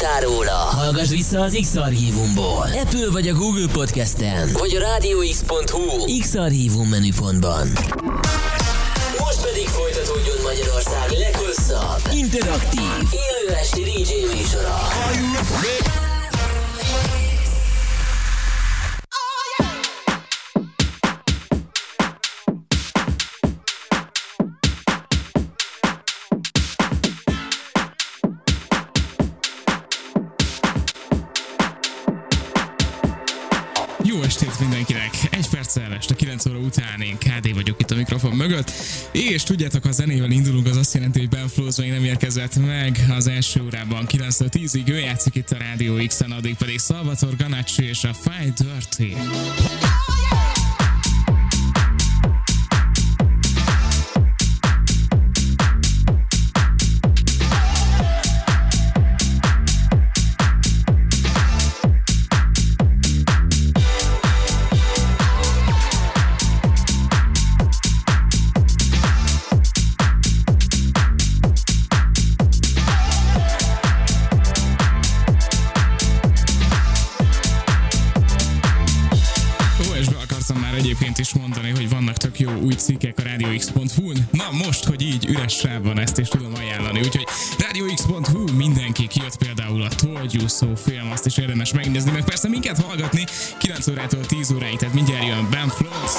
hallottál róla, hallgass vissza az X-Archívumból. Apple vagy a Google Podcasten, vagy a radiox.hu X-Archívum menüpontban. Most pedig folytatódjon Magyarország leghosszabb, interaktív, élő esti DJ műsora. Jó estét mindenkinek! 1 perccel este 9 óra után én KD vagyok itt a mikrofon mögött. És tudjátok, ha zenével indulunk, az azt jelenti, hogy Ben Flows még nem érkezett meg az első órában 9-től 10-ig. Ő játszik itt a Rádió X-en, addig pedig Salvatore Ganacci és a Fight Dirty. Egyébként is mondani, hogy vannak tök jó új cikkek a radiox.hu-n. Na most, hogy így üres rá van, ezt is tudom ajánlani. Úgyhogy radiox.hu, mindenki kijött például a Told You So film, azt is érdemes megnézni, meg persze minket hallgatni 9 órától 10 óráig, tehát mindjárt jön Ben Flows.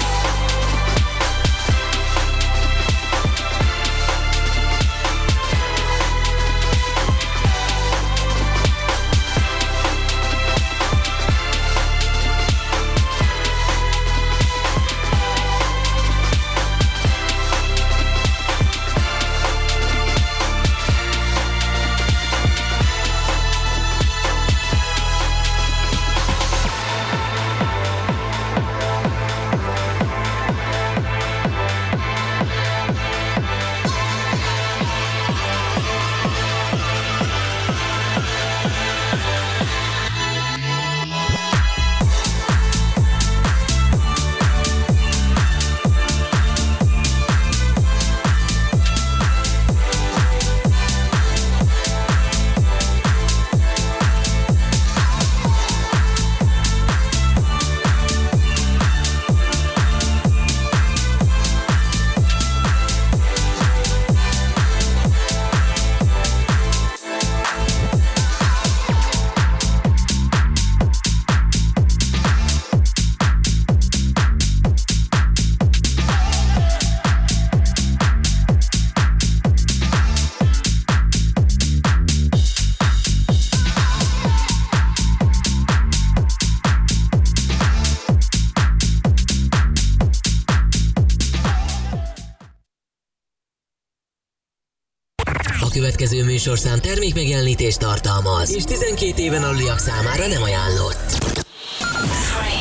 A következő műsorszám termékmegjelenítést tartalmaz, és 12 éven aluliak számára nem ajánlott. 3,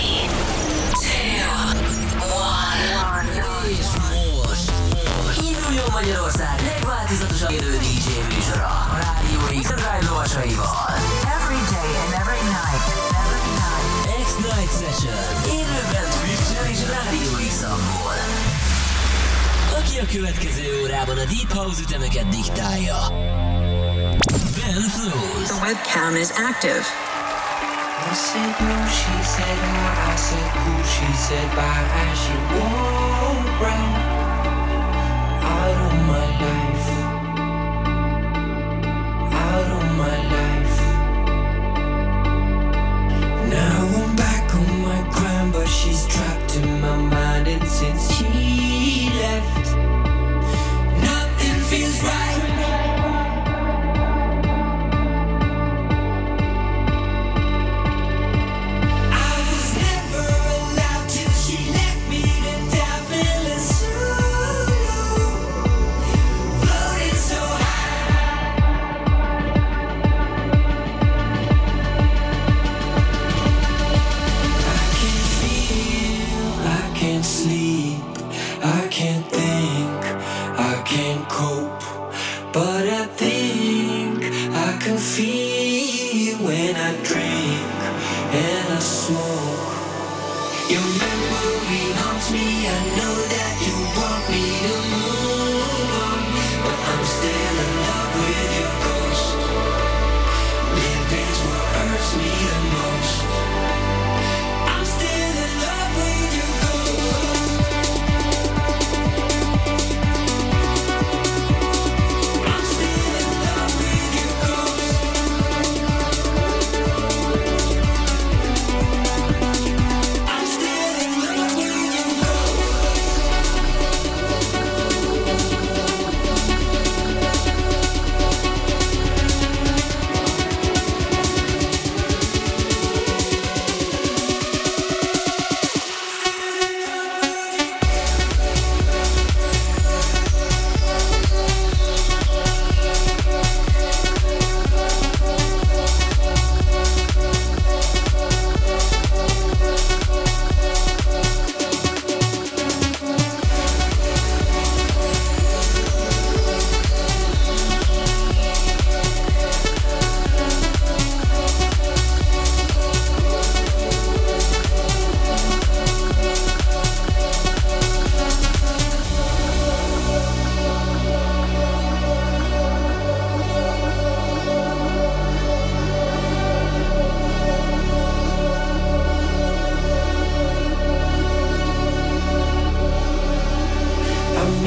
2, 1. És most induljon Magyarország legváltozatosabb élő DJ műsora a Rádió X Drive lovasaival. Every day and every night. X-Night Session. Élőben Twitch-en és Rádió X-amból. Aki a következő órában a Deep House ütemeket diktálja. Ben Flows. The webcam is active. I said no, she said hi, I said cool, she said bye as she walked round out of my life, out of my life. Now I'm back on my grind, but she's trapped in my mind, and since she left, nothing feels right. I was never allowed till she left me to die feeling so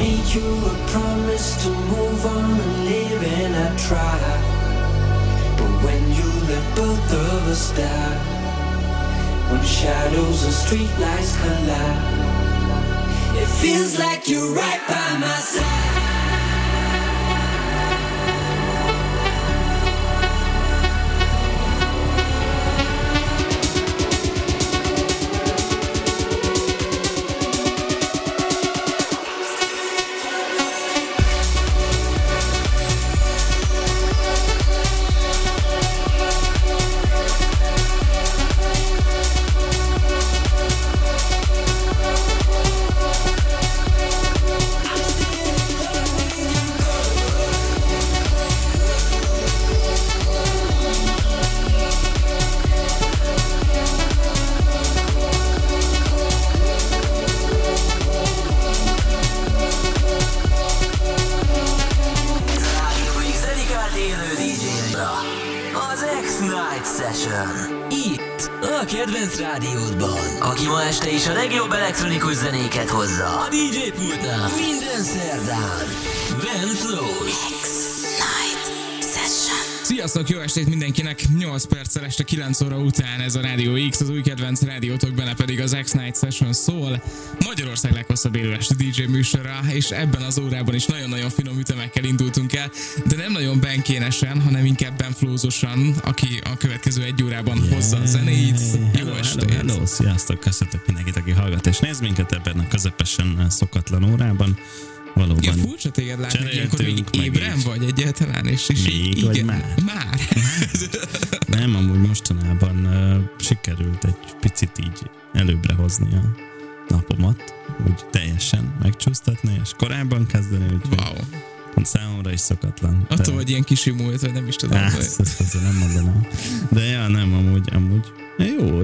made you a promise to move on and live, and I tried. But when you let both of us die, when shadows and streetlights collide, it feels like you're right by my side. Aki ma este is a legjobb elektronikus zenéket hozza. A DJ pultnál minden szerdán. Ben Flows. X-Night Session. Sziasztok, jó estét mindenkinek! 8 perccel este 9 óra után ez a Rádió X, az új kedvenc rádiótok, benne pedig az X-Night Session szól. Magyarország leghosszabb élő esti DJ műsora, és ebben az órában is nagyon-nagyon finom ütemekkel indultunk el, de nem nagyon benkénesen, hanem inkább Ben Flowsosan, aki a következő egy órában hozza a zenéit. Jó estét! Hello, sziasztok! Köszöntök mindenkit, aki hallgat és néz minket ebben a közepesen szokatlan órában. Valóban. Ja, furcsa téged látni, ilyenkor még ébren vagy egyáltalán, és még, igen, vagy már? Már. Nem, amúgy mostanában sikerült egy picit így előbbre hozni a napomat, úgy teljesen megcsúsztatni, és korábban kezdeni, úgyhogy számomra is szokatlan. Attól vagy ilyen kisimult, vagy nem is tudom. Ezt nem mondanám. De ja, nem, amúgy. Jó.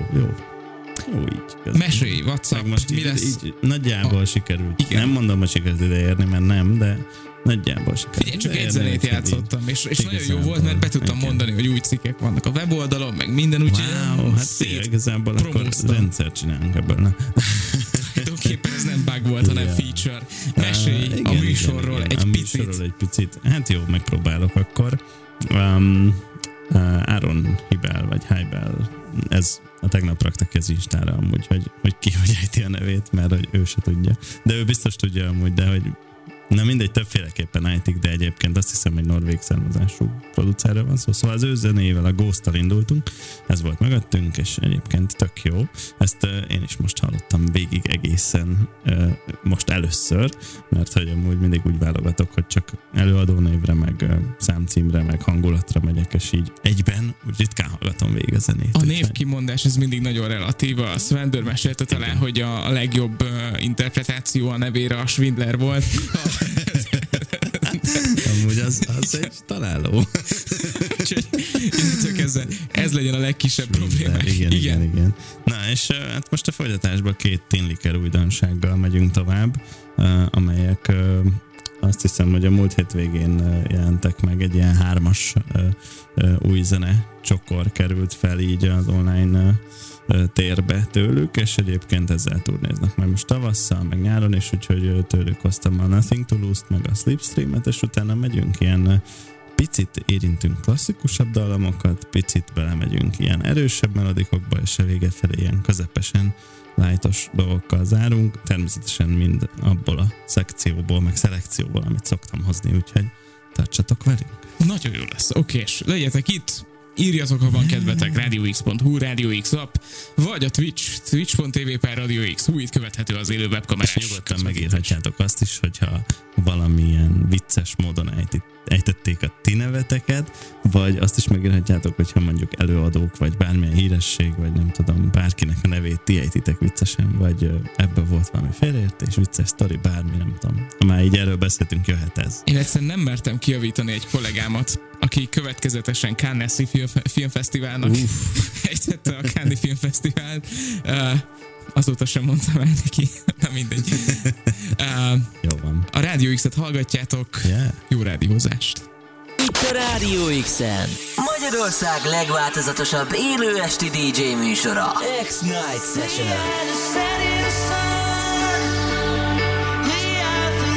Jó, így. Mesélj, WhatsApp, most mi így, lesz? Így nagyjából sikerült. Igen. Nem mondom, hogy sikerült ideérni, mert nem, de nagyjából sikerült. Figyelj, csak egy zenét játszottam, és nagyon jó volt, mert be tudtam mondani, hogy új cikkek vannak a weboldalon, meg minden, úgyhogy wow, hát igazából akkor rendszer csinálunk ebből. Tulajdonképpen ez nem bug volt, hanem feature. Mesélj a műsorról egy picit. Hát jó, megpróbálok akkor. Aaron Hibel, vagy Hibel, ez a tegnap raktak ki az Instára amúgy, hogy ki hogy ejti a nevét, mert hogy ő se tudja. De ő biztos tudja amúgy, de hogy na mindegy, többféleképpen ejtik, de egyébként azt hiszem, hogy norvég származású producerről van szó. Szóval az ő zenével, a Ghost-tal indultunk, ez volt mögöttünk, és egyébként tök jó. Ezt én is most hallottam végig egészen most először, mert hogy amúgy mindig úgy válogatok, hogy csak előadó névre, meg számcímre, meg hangulatra megyek, és így egyben úgy ritkán hallgatom végig a zenét. A névkimondás ez mindig nagyon relatív. A Svendor mesélte talán, hogy a legjobb interpretáció a nevére a Schwindler volt. Amúgy az egy találó. Ez legyen a legkisebb probléma. Igen. Na, és hát most a folytatásban 2 Tin Licker újdonsággal megyünk tovább, amelyek azt hiszem, hogy a múlt hétvégén jelentek meg, egy ilyen 3-as új zene csokor került fel így az online térbe tőlük, és egyébként ezzel turnéznak majd most tavasszal, meg nyáron is, úgyhogy tőlük hoztam a Nothing to Lose-t, meg a Slipstream-et, és utána megyünk ilyen picit érintünk klasszikusabb dallamokat, picit belemegyünk ilyen erősebb melodikokba, és a vége felé ilyen közepesen lightos dolgokkal zárunk, természetesen mind abból a szekcióból, meg szelekcióból, amit szoktam hozni, úgyhogy tartsatok velünk! Nagyon jó lesz, oké, és legyetek itt, írjatok, ha van kedvetek, radiox.hu, Radio X app, vagy a twitch.tv/radiox, itt követhető az élő webkamerás. És nyugodtan megírhatjátok azt is, hogyha valamilyen vicces módon ejtették a ti neveteket, vagy azt is megírhatjátok, hogyha mondjuk előadók, vagy bármilyen híresség, vagy nem tudom, bárkinek a nevét ti ejtitek viccesen, vagy ebből volt valami félreértés, vicces sztori, bármi, nem tudom. Ha már így erről beszéltünk, jöhet ez. Én egyszerűen nem mertem kijavítani egy kollégámat, aki következetesen Cannes Filmfesztiválnak ejtette a Cannes Filmfesztivált. Azóta sem mondtam el neki. Na mindegy. Jó van. A Rádió X-et hallgatjátok. Yeah. Jó rádiózást. Itt a Rádió X-en Magyarország legváltozatosabb élő esti DJ műsora, X-Night Session.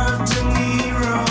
Robert De Niro.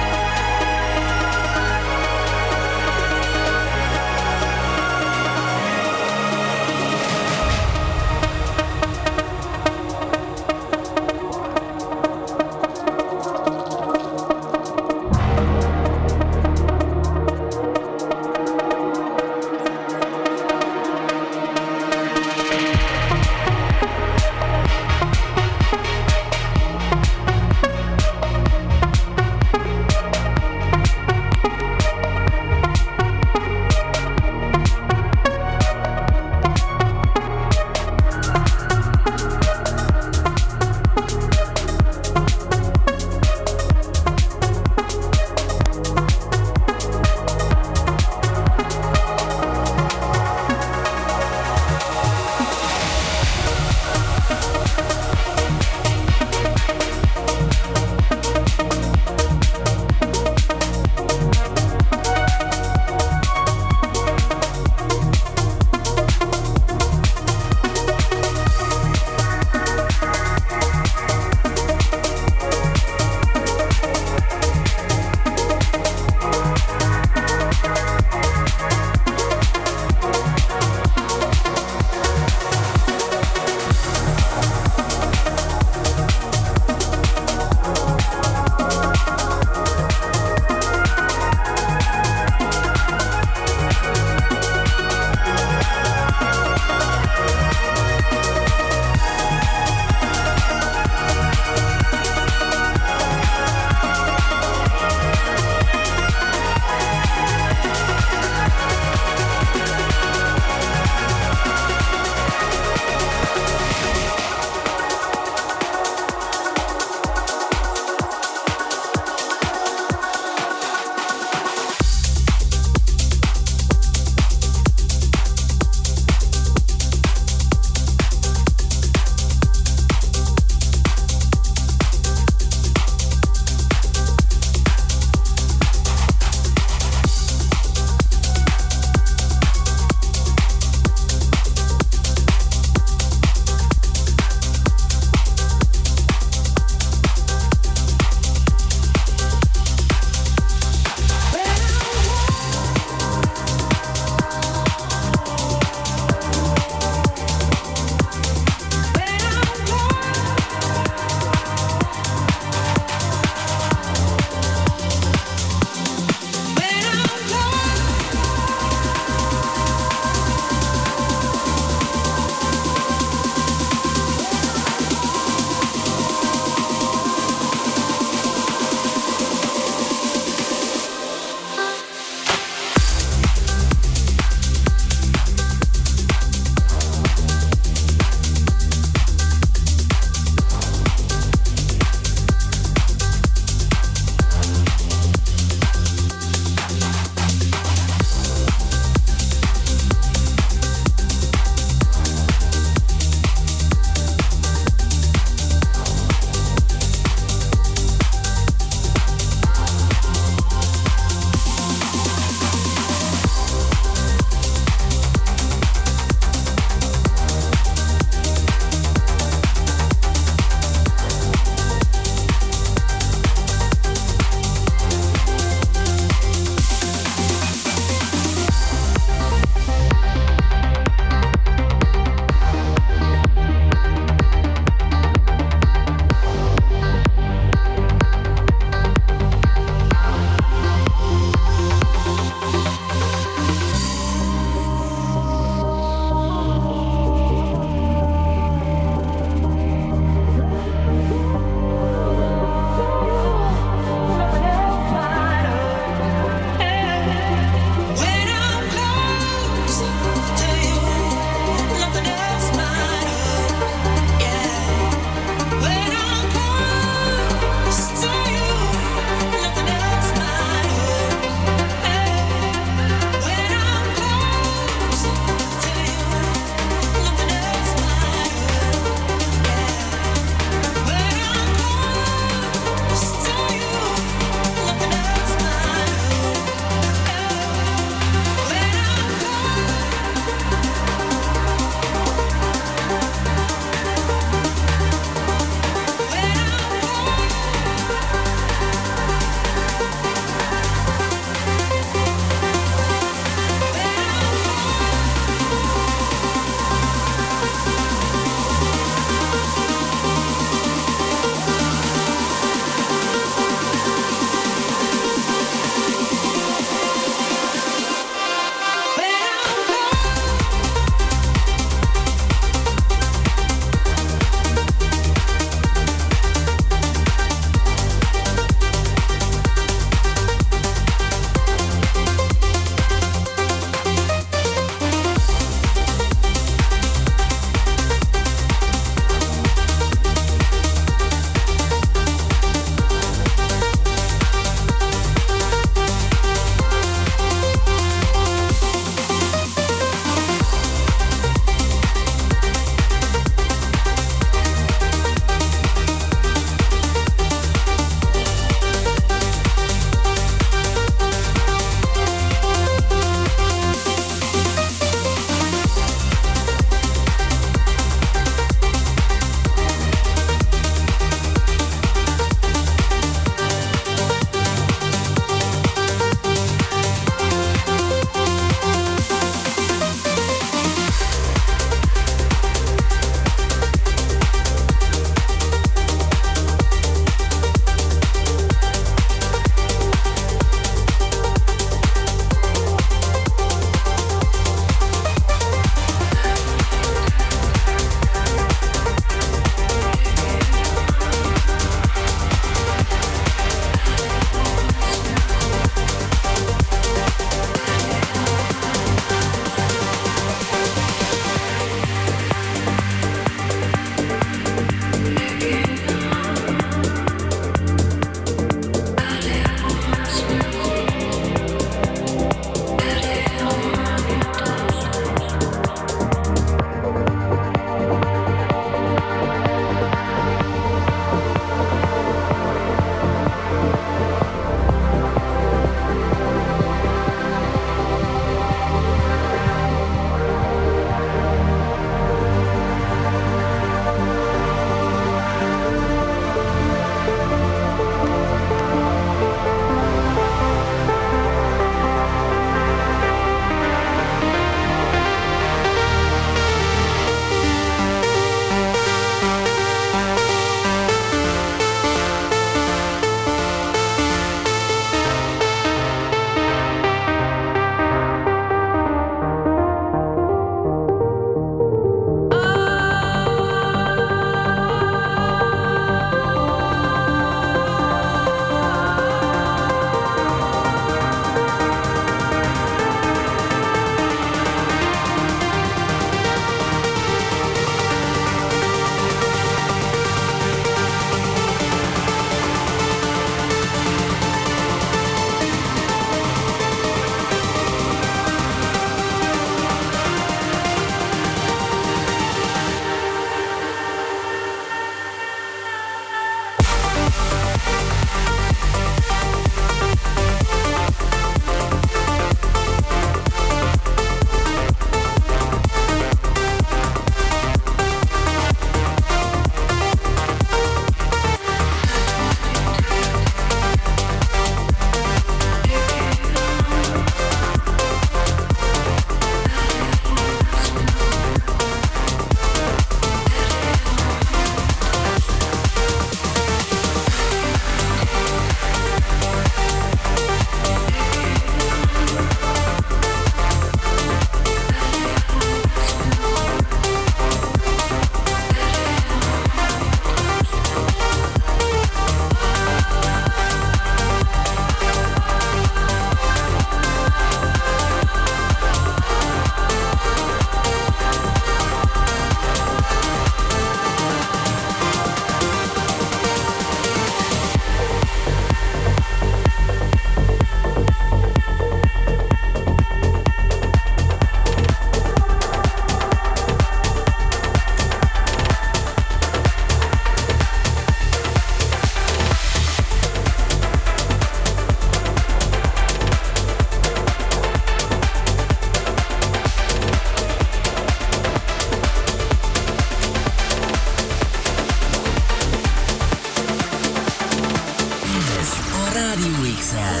Radio X-en.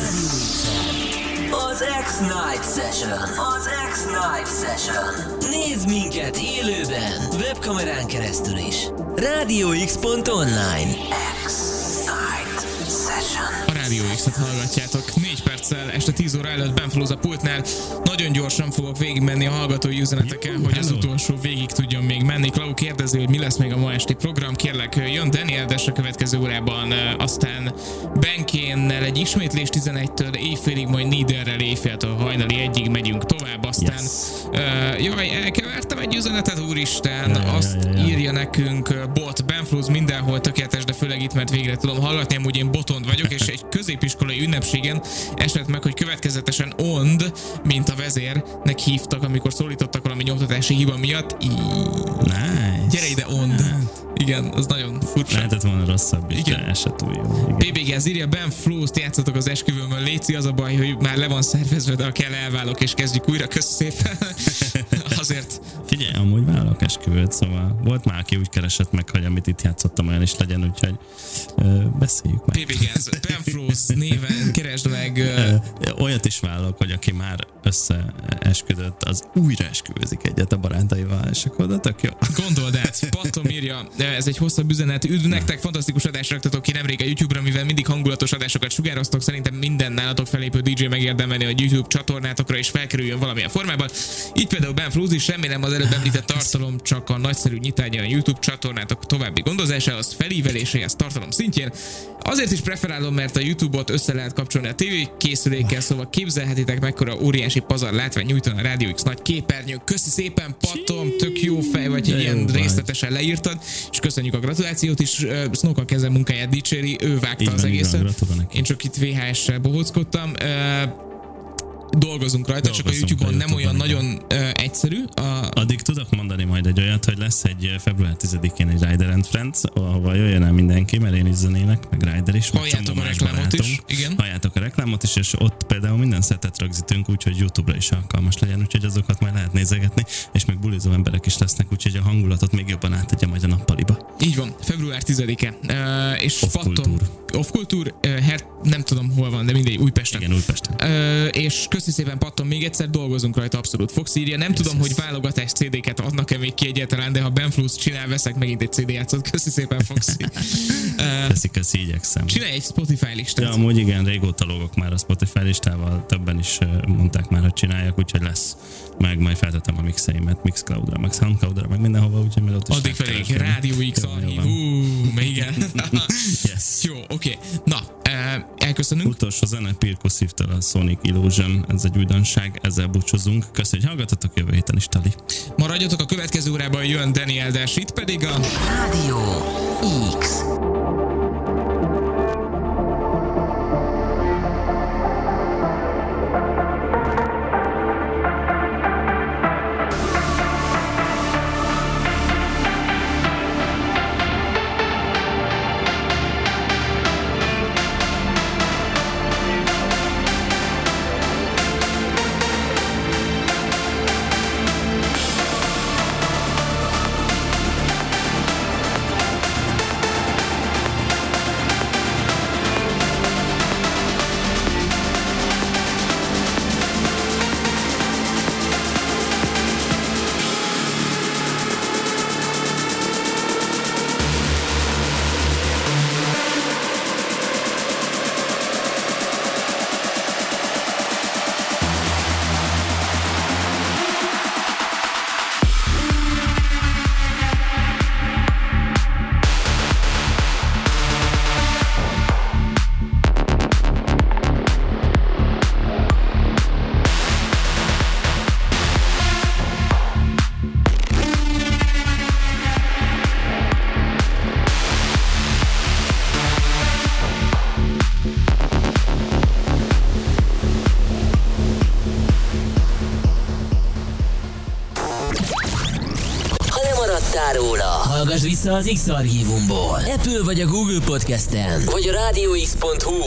Az X-Night Session. Az X-Night Session. Nézd minket élőben, webkamerán keresztül is. RadioX.online. X-Night Session. A Radio X-et hallgatjátok. 4 perccel este 10 óra előtt benn Flóz a pultnál. Nagyon gyorsan fogok végigmenni a hallgatói üzeneteken, hogy az utolsó végig tudjon még menni. Klau kérdezi, hogy mi lesz még a ma esti program. Kérlek, jön Daniel Des a következő órában, aztán Benkénnel egy ismétlés 11-től éjfélig, majd Niederrel éjféltől hajnali 1-ig megyünk tovább, aztán jaj, elkevertem egy üzenetet, úristen, azt írja nekünk bot, benn Flóz mindenhol tökéletes, de főleg itt, mert végre tudom hallgatni, amúgy én botond vagyok, és egy középiskolai ünnepségen esett meg, hogy következetesen Ond, mint a vezérnek hívtak, amikor szólítottak valami nyomtatási hiba miatt. Nice. Gyere ide, Ond. Igen, az nagyon furcsa. Lehetett volna rosszabb is, de ez se túl jó. PBG az írja, benn Flózt játszatok az esküvőmön, léci, az a baj, hogy már le van szervezve, de ha kell elválok és kezdjük újra, kösz szépen. Azért. Figyelj, amúgy vállalok esküvőt, szóval volt már, aki úgy keresett meg, hogy amit itt játszottam, olyan is legyen, úgyhogy beszéljük meg. PBG, benn Flózt néven keresd meg. Olyat is vállalok, hogy aki már összeesküdött, az újra esküvőzik egyet a barátaival, és akkor oda tök jó. Gondold át, Pattom írja, ez egy hosszabb üzenet. Üdv nektek, fantasztikus adást raktatok ki nemrég a YouTube-ra, mivel mindig hangulatos adásokat sugároztok, szerintem minden nálatok felépő DJ megérdemelni, hogy YouTube csatornátokra is felkerüljön valamilyen formában. Így például benn Flóz is, remélem az előbb említett tartalom csak a nagyszerű nyitánya a YouTube csatornátok további gondozásához, felíveléséhez, tartalom szintjén. Azért is preferálom, mert a YouTube-ot össze lehet kapcsolni a tévékészülékkel, szóval képzelhetitek, mekkora óriási pazar látvány nyújtani a Radio X nagy képernyőn. Köszi szépen, Pattom, tök jó fej vagy, hogy ilyen részletesen leírtad, és köszönjük a gratulációt is. Snoka keze munkáját dicséri, ő vágta az egészet. Én csak itt VHS-sel bohóckodtam. Dolgozunk rajta, csak a YouTube-on nem olyan nagyon egyszerű. Addig tudok mondani majd egy olyat, hogy lesz egy február 10-én egy Rider and Friends, ahova jöjjön el mindenki, mert én is zenélek, meg Rider is. Halljátok a reklámot is. Igen. Halljátok a reklámot is, és ott például minden szettet rögzítünk, úgyhogy YouTube-ra is alkalmas legyen, úgyhogy azokat majd lehet nézegetni, és még bulizó emberek is lesznek, úgyhogy a hangulatot még jobban átadja majd a nappaliba. Így van, február 10-e. És Pattom, Off-Kultúr, nem tudom hol van, de mindegy, Újpesten. Igen, Újpesten. És köszi szépen, Pattom, még egyszer dolgozunk rajta, abszolút. Fox írja, nem tudom, hogy válogatás CD-ket adnak-e még ki egyáltalán, de ha benn Flóz csinál, veszek megint egy CD játszót. Köszi szépen, Foxy. Köszi, igyekszem. Csinálj egy Spotify listát. Ja, amúgy igen, régóta lógok már a Spotify listával, többen is mondták már, hogy csináljak, úgyhogy lesz. Meg majd feltettem a mixeimet Mixcloudra, meg Soundcloudra, meg mindenhova, úgyhogy majd ott is. Addig pedig Radio X archívum. Igen. Yes. Jó, oké. Na, elköszönünk. Utolsó zene Percussive-től a Sonic Illusion, ez egy újdonság, ezzel búcsúzunk. Köszönjük, hogy hallgatatok, jövő héten is tali. Maradjatok, a következő órában jön Daniel Des, itt pedig a Radio X. Róla. Hallgass vissza az X-Archívumból. Apple vagy a Google Podcasten, vagy a RadioX.hu